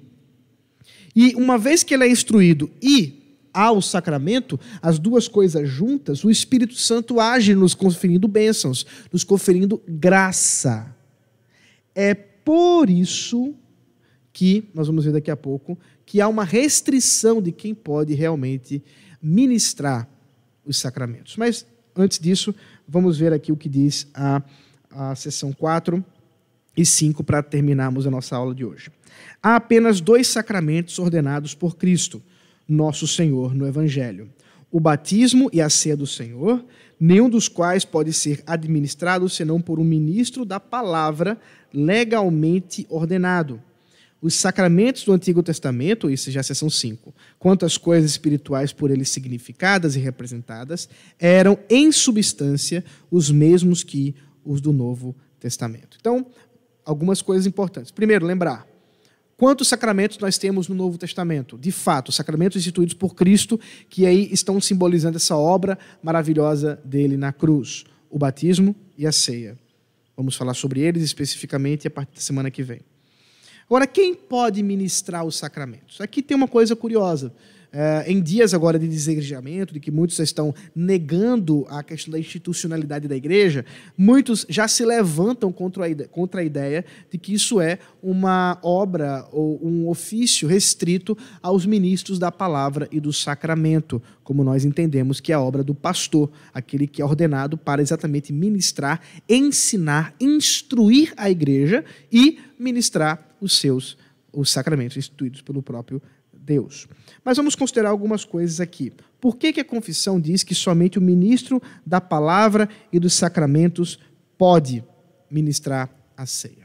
B: E uma vez que ele é instruído e há o sacramento, as duas coisas juntas, o Espírito Santo age nos conferindo bênçãos, nos conferindo graça. É por isso que, nós vamos ver daqui a pouco, que há uma restrição de quem pode realmente ministrar os sacramentos. Mas, antes disso, vamos ver aqui o que diz a, a seção quatro e cinco para terminarmos a nossa aula de hoje. Há apenas dois sacramentos ordenados por Cristo, nosso Senhor, no Evangelho: o batismo e a ceia do Senhor, nenhum dos quais pode ser administrado senão por um ministro da palavra legalmente ordenado. Os sacramentos do Antigo Testamento, isso já é a seção cinco, quanto às coisas espirituais por eles significadas e representadas, eram, em substância, os mesmos que os do Novo Testamento. Então, algumas coisas importantes. Primeiro, lembrar: quantos sacramentos nós temos no Novo Testamento? De fato, sacramentos instituídos por Cristo, que aí estão simbolizando essa obra maravilhosa dele na cruz: o batismo e a ceia. Vamos falar sobre eles especificamente a partir da semana que vem. Agora, quem pode ministrar os sacramentos? Aqui tem uma coisa curiosa. É, em dias agora de desegrejamento, de que muitos estão negando a questão da institucionalidade da igreja, muitos já se levantam contra a ideia, contra a ideia de que isso é uma obra ou um ofício restrito aos ministros da palavra e do sacramento, como nós entendemos que é a obra do pastor, aquele que é ordenado para exatamente ministrar, ensinar, instruir a igreja e ministrar os seus os sacramentos instituídos pelo próprio Deus. Mas vamos considerar algumas coisas aqui. Por que que a confissão diz que somente o ministro da palavra e dos sacramentos pode ministrar a ceia?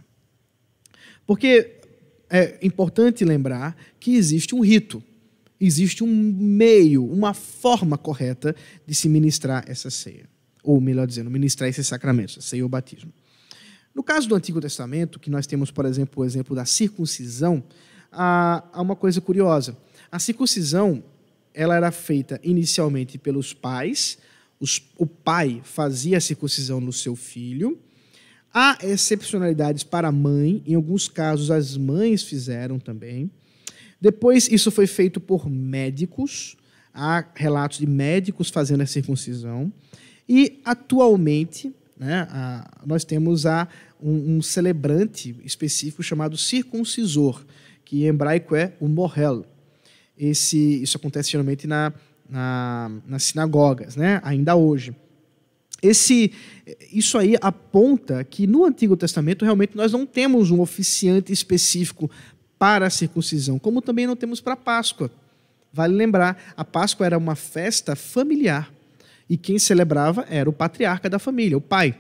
B: Porque é importante lembrar que existe um rito, existe um meio, uma forma correta de se ministrar essa ceia. Ou, melhor dizendo, ministrar esses sacramentos, a ceia ou o batismo. No caso do Antigo Testamento, que nós temos, por exemplo, o exemplo da circuncisão, há uma coisa curiosa. A circuncisão, ela era feita inicialmente pelos pais, os, o pai fazia a circuncisão no seu filho. Há excepcionalidades para a mãe, em alguns casos as mães fizeram também. Depois isso foi feito por médicos, há relatos de médicos fazendo a circuncisão. E atualmente, né, a, nós temos a, um, um celebrante específico chamado circuncisor, que em hebraico é o mohel. Esse, isso acontece geralmente na, na, nas sinagogas, né? Ainda hoje. Esse, isso aí aponta que no Antigo Testamento realmente nós não temos um oficiante específico para a circuncisão, como também não temos para a Páscoa. Vale lembrar, a Páscoa era uma festa familiar e quem celebrava era o patriarca da família, o pai.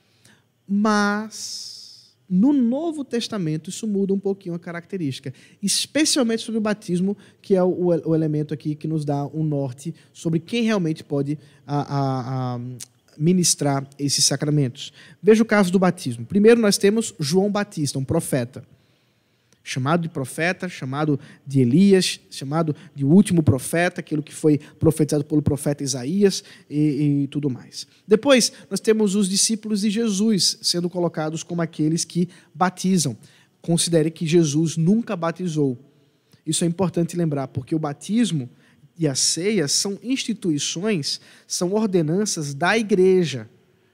B: Mas no Novo Testamento, isso muda um pouquinho a característica, especialmente sobre o batismo, que é o, o elemento aqui que nos dá um norte sobre quem realmente pode a, a, a ministrar esses sacramentos. Veja o caso do batismo. Primeiro nós temos João Batista, um profeta, chamado de profeta, chamado de Elias, chamado de último profeta, aquilo que foi profetizado pelo profeta Isaías e, e tudo mais. Depois, nós temos os discípulos de Jesus sendo colocados como aqueles que batizam. Considere que Jesus nunca batizou. Isso é importante lembrar, porque o batismo e a ceia são instituições, são ordenanças da igreja.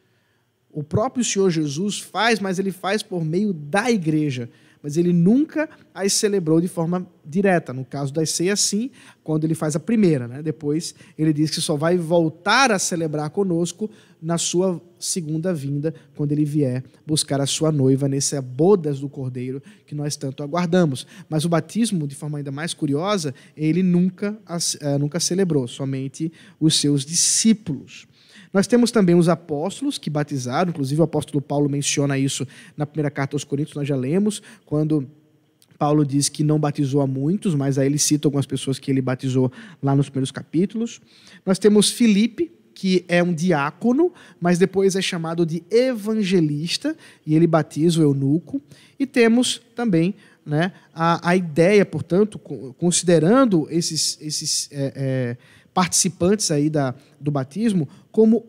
B: O próprio Senhor Jesus faz, mas ele faz por meio da igreja. Mas ele nunca as celebrou de forma direta. No caso das ceias, sim, quando ele faz a primeira. Né? Depois ele diz que só vai voltar a celebrar conosco na sua segunda vinda, quando ele vier buscar a sua noiva nessa bodas do Cordeiro que nós tanto aguardamos. Mas o batismo, de forma ainda mais curiosa, ele nunca, nunca celebrou, somente os seus discípulos. Nós temos também os apóstolos que batizaram, inclusive o apóstolo Paulo menciona isso na primeira carta aos Coríntios, nós já lemos, quando Paulo diz que não batizou a muitos, mas aí ele cita algumas pessoas que ele batizou lá nos primeiros capítulos. Nós temos Filipe, que é um diácono, mas depois é chamado de evangelista, e ele batiza o eunuco. E temos também, né, a, a ideia, portanto, considerando esses, esses é, é, participantes aí da, do batismo como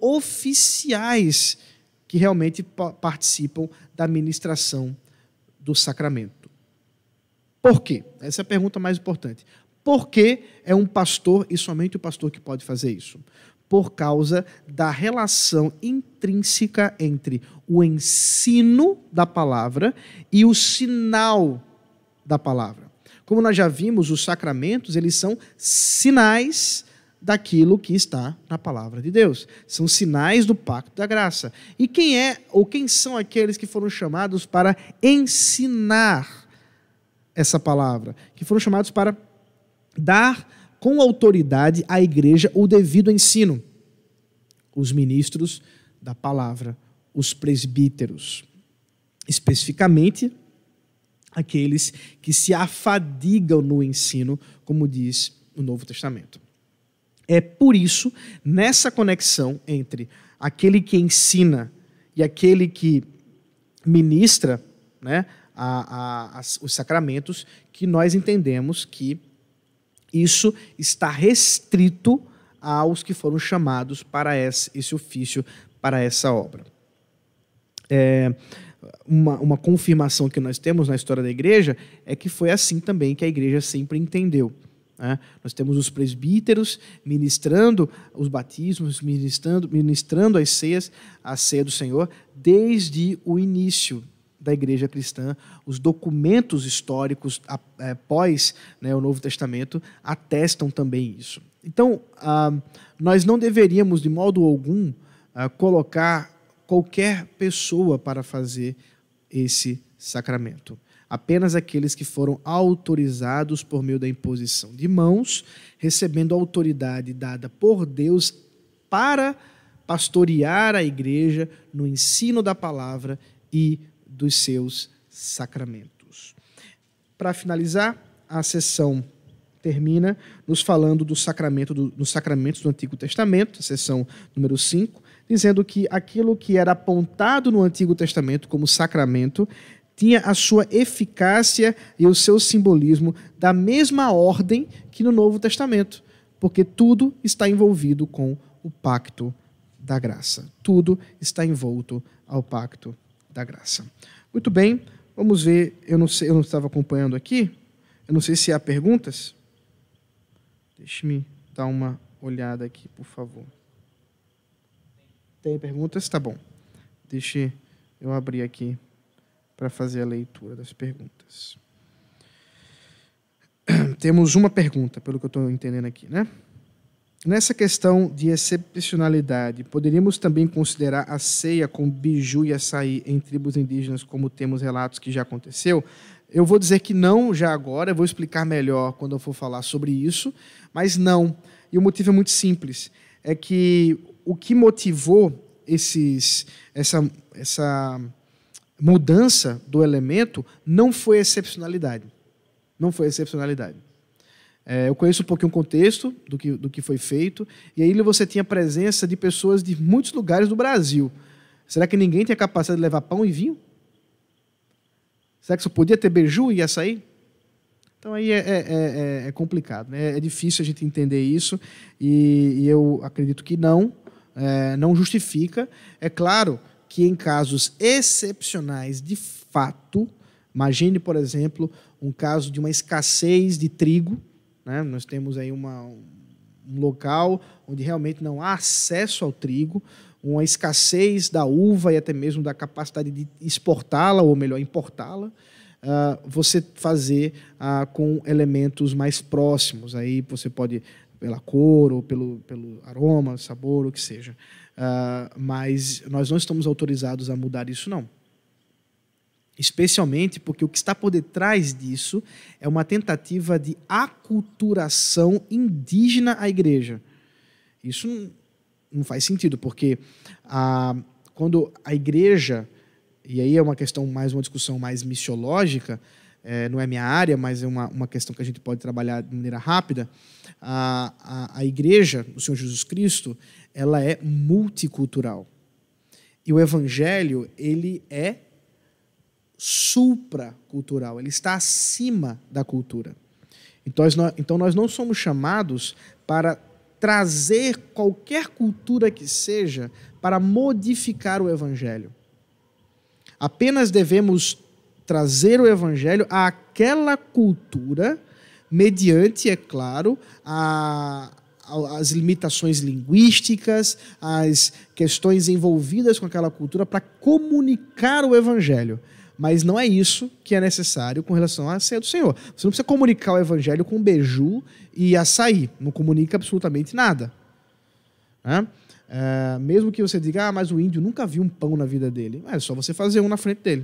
B: oficiais que realmente participam da ministração do sacramento. Por quê? Essa é a pergunta mais importante. Por que é um pastor e somente o pastor que pode fazer isso? Por causa da relação intrínseca entre o ensino da palavra e o sinal da palavra. Como nós já vimos, os sacramentos, eles são sinais daquilo que está na palavra de Deus. São sinais do pacto da graça. E quem é, ou quem são aqueles que foram chamados para ensinar essa palavra? Que foram chamados para dar com autoridade à igreja o devido ensino. Os ministros da palavra, os presbíteros. Especificamente, aqueles que se afadigam no ensino, como diz o Novo Testamento. É por isso, nessa conexão entre aquele que ensina e aquele que ministra, né, a, a, a, os sacramentos, que nós entendemos que isso está restrito aos que foram chamados para esse, esse ofício, para essa obra. É, uma, uma confirmação que nós temos na história da igreja é que foi assim também que a igreja sempre entendeu. É, nós temos os presbíteros ministrando os batismos, ministrando, ministrando as ceias, a ceia do Senhor, desde o início da igreja cristã. Os documentos históricos após, né, o Novo Testamento atestam também isso. Então, ah, nós não deveríamos, de modo algum, ah, colocar qualquer pessoa para fazer esse sacramento. Apenas aqueles que foram autorizados por meio da imposição de mãos, recebendo a autoridade dada por Deus para pastorear a igreja no ensino da palavra e dos seus sacramentos. Para finalizar, a sessão termina nos falando do sacramento do, dos sacramentos do Antigo Testamento, a sessão número cinco, dizendo que aquilo que era apontado no Antigo Testamento como sacramento tinha a sua eficácia e o seu simbolismo da mesma ordem que no Novo Testamento, porque tudo está envolvido com o pacto da graça. Tudo está envolto ao pacto da graça. Muito bem, vamos ver, eu não sei, eu não estava acompanhando aqui, eu não sei se há perguntas. Deixe-me dar uma olhada aqui, por favor. Tem perguntas? Tá bom. Deixe eu abrir aqui para fazer a leitura das perguntas. Temos uma pergunta, pelo que eu estou entendendo aqui, né? Nessa questão de excepcionalidade, poderíamos também considerar a ceia com biju e açaí em tribos indígenas, como temos relatos que já aconteceu? Eu vou dizer que não já agora, eu vou explicar melhor quando eu for falar sobre isso, mas não. E o motivo é muito simples, é que o que motivou esses, essa, essa mudança do elemento não foi excepcionalidade. Não foi excepcionalidade. É, eu conheço um pouquinho o contexto do que, do que foi feito, e aí você tinha presença de pessoas de muitos lugares do Brasil. Será que ninguém tinha capacidade de levar pão e vinho? Será que só podia ter beiju e açaí? Então aí é, é, é, é complicado, né? É difícil a gente entender isso, e, e eu acredito que não, é, não justifica. É claro que em casos excepcionais, de fato, imagine, por exemplo, um caso de uma escassez de trigo, né? Nós temos aí uma, um local onde realmente não há acesso ao trigo, uma escassez da uva e até mesmo da capacidade de exportá-la, ou melhor, importá-la, uh, você fazer uh, com elementos mais próximos. Aí você pode, pela cor, ou pelo, pelo aroma, sabor, o que seja. Uh, mas nós não estamos autorizados a mudar isso, não. Especialmente porque o que está por detrás disso é uma tentativa de aculturação indígena à igreja. Isso não, não faz sentido, porque a, quando a igreja, e aí é uma questão mais, uma discussão mais missiológica, é, não é minha área, mas é uma, uma questão que a gente pode trabalhar de maneira rápida, a, a, a igreja do Senhor Jesus Cristo, ela é multicultural. E o evangelho, ele é supracultural, ele está acima da cultura. Então nós, então nós não somos chamados para trazer qualquer cultura que seja para modificar o evangelho. Apenas devemos trazer o evangelho àquela cultura, mediante, é claro, a, a, as limitações linguísticas, as questões envolvidas com aquela cultura para comunicar o evangelho. Mas não é isso que é necessário com relação à ceia do Senhor. Você não precisa comunicar o evangelho com beiju e açaí. Não comunica absolutamente nada. Né? É, mesmo que você diga, ah, mas o índio nunca viu um pão na vida dele. É só você fazer um na frente dele.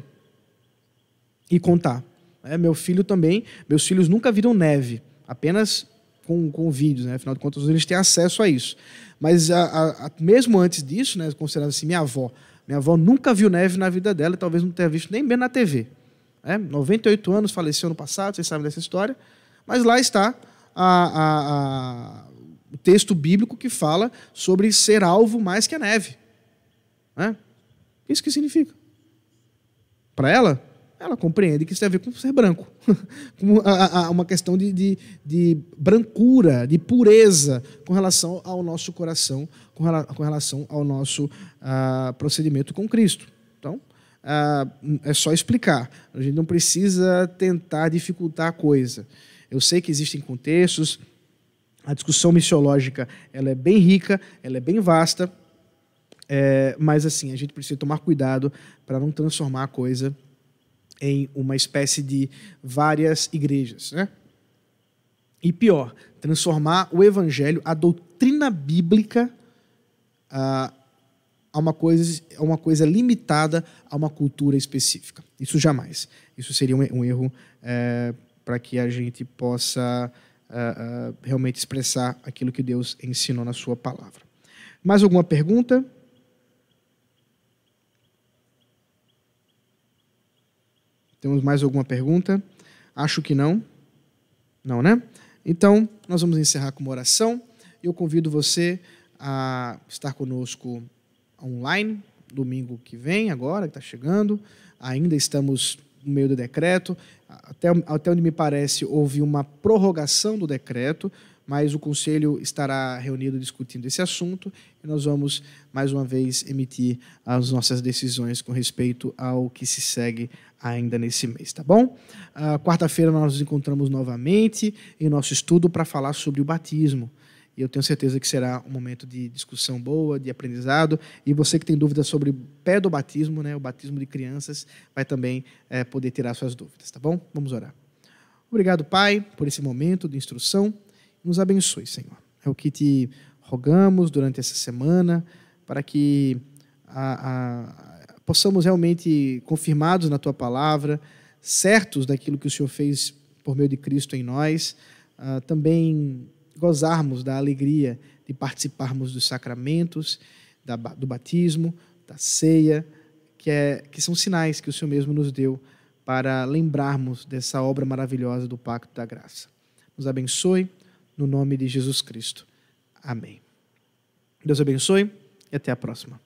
B: E contar. É, meu filho também, meus filhos nunca viram neve. Apenas com, com vídeos, né? Afinal de contas, eles têm acesso a isso. Mas a, a, a, mesmo antes disso, né, considerando assim, minha avó, Minha avó nunca viu neve na vida dela e talvez não tenha visto nem bem na T V. É, noventa e oito anos, faleceu ano passado, vocês sabem dessa história. Mas lá está a, a, a, o texto bíblico que fala sobre ser alvo mais que a neve. É? Isso que significa? Para ela, ela compreende que isso tem a ver com ser branco. Com a, a, uma questão de, de, de brancura, de pureza com relação ao nosso coração, com, rela, com relação ao nosso uh, procedimento com Cristo. Então, uh, é só explicar. A gente não precisa tentar dificultar a coisa. Eu sei que existem contextos, a discussão missiológica ela é bem rica, ela é bem vasta, é, mas assim, a gente precisa tomar cuidado para não transformar a coisa em uma espécie de várias igrejas, né? E pior, transformar o evangelho, a doutrina bíblica, a, a uma coisa, a uma coisa limitada a uma cultura específica. Isso jamais. Isso seria um, um erro é, para que a gente possa uh, uh, realmente expressar aquilo que Deus ensinou na sua palavra. Mais alguma pergunta? Temos mais alguma pergunta? Acho que não. Não, né? Então, nós vamos encerrar com uma oração. Eu convido você a estar conosco online, domingo que vem, agora, que está chegando. Ainda estamos no meio do decreto. Até, até onde me parece, houve uma prorrogação do decreto, mas o Conselho estará reunido discutindo esse assunto e nós vamos, mais uma vez, emitir as nossas decisões com respeito ao que se segue ainda nesse mês, tá bom? Uh, quarta-feira nós nos encontramos novamente em nosso estudo para falar sobre o batismo. E eu tenho certeza que será um momento de discussão boa, de aprendizado. E você que tem dúvidas sobre o pé do batismo, né, o batismo de crianças, vai também é, poder tirar suas dúvidas, tá bom? Vamos orar. Obrigado, Pai, por esse momento de instrução. Nos abençoe, Senhor. É o que te rogamos durante essa semana, para que a, a, possamos realmente, confirmados na Tua palavra, certos daquilo que o Senhor fez por meio de Cristo em nós, uh, também gozarmos da alegria de participarmos dos sacramentos, da, do batismo, da ceia, que, é, que são sinais que o Senhor mesmo nos deu para lembrarmos dessa obra maravilhosa do Pacto da Graça. Nos abençoe, no nome de Jesus Cristo. Amém. Deus abençoe e até a próxima.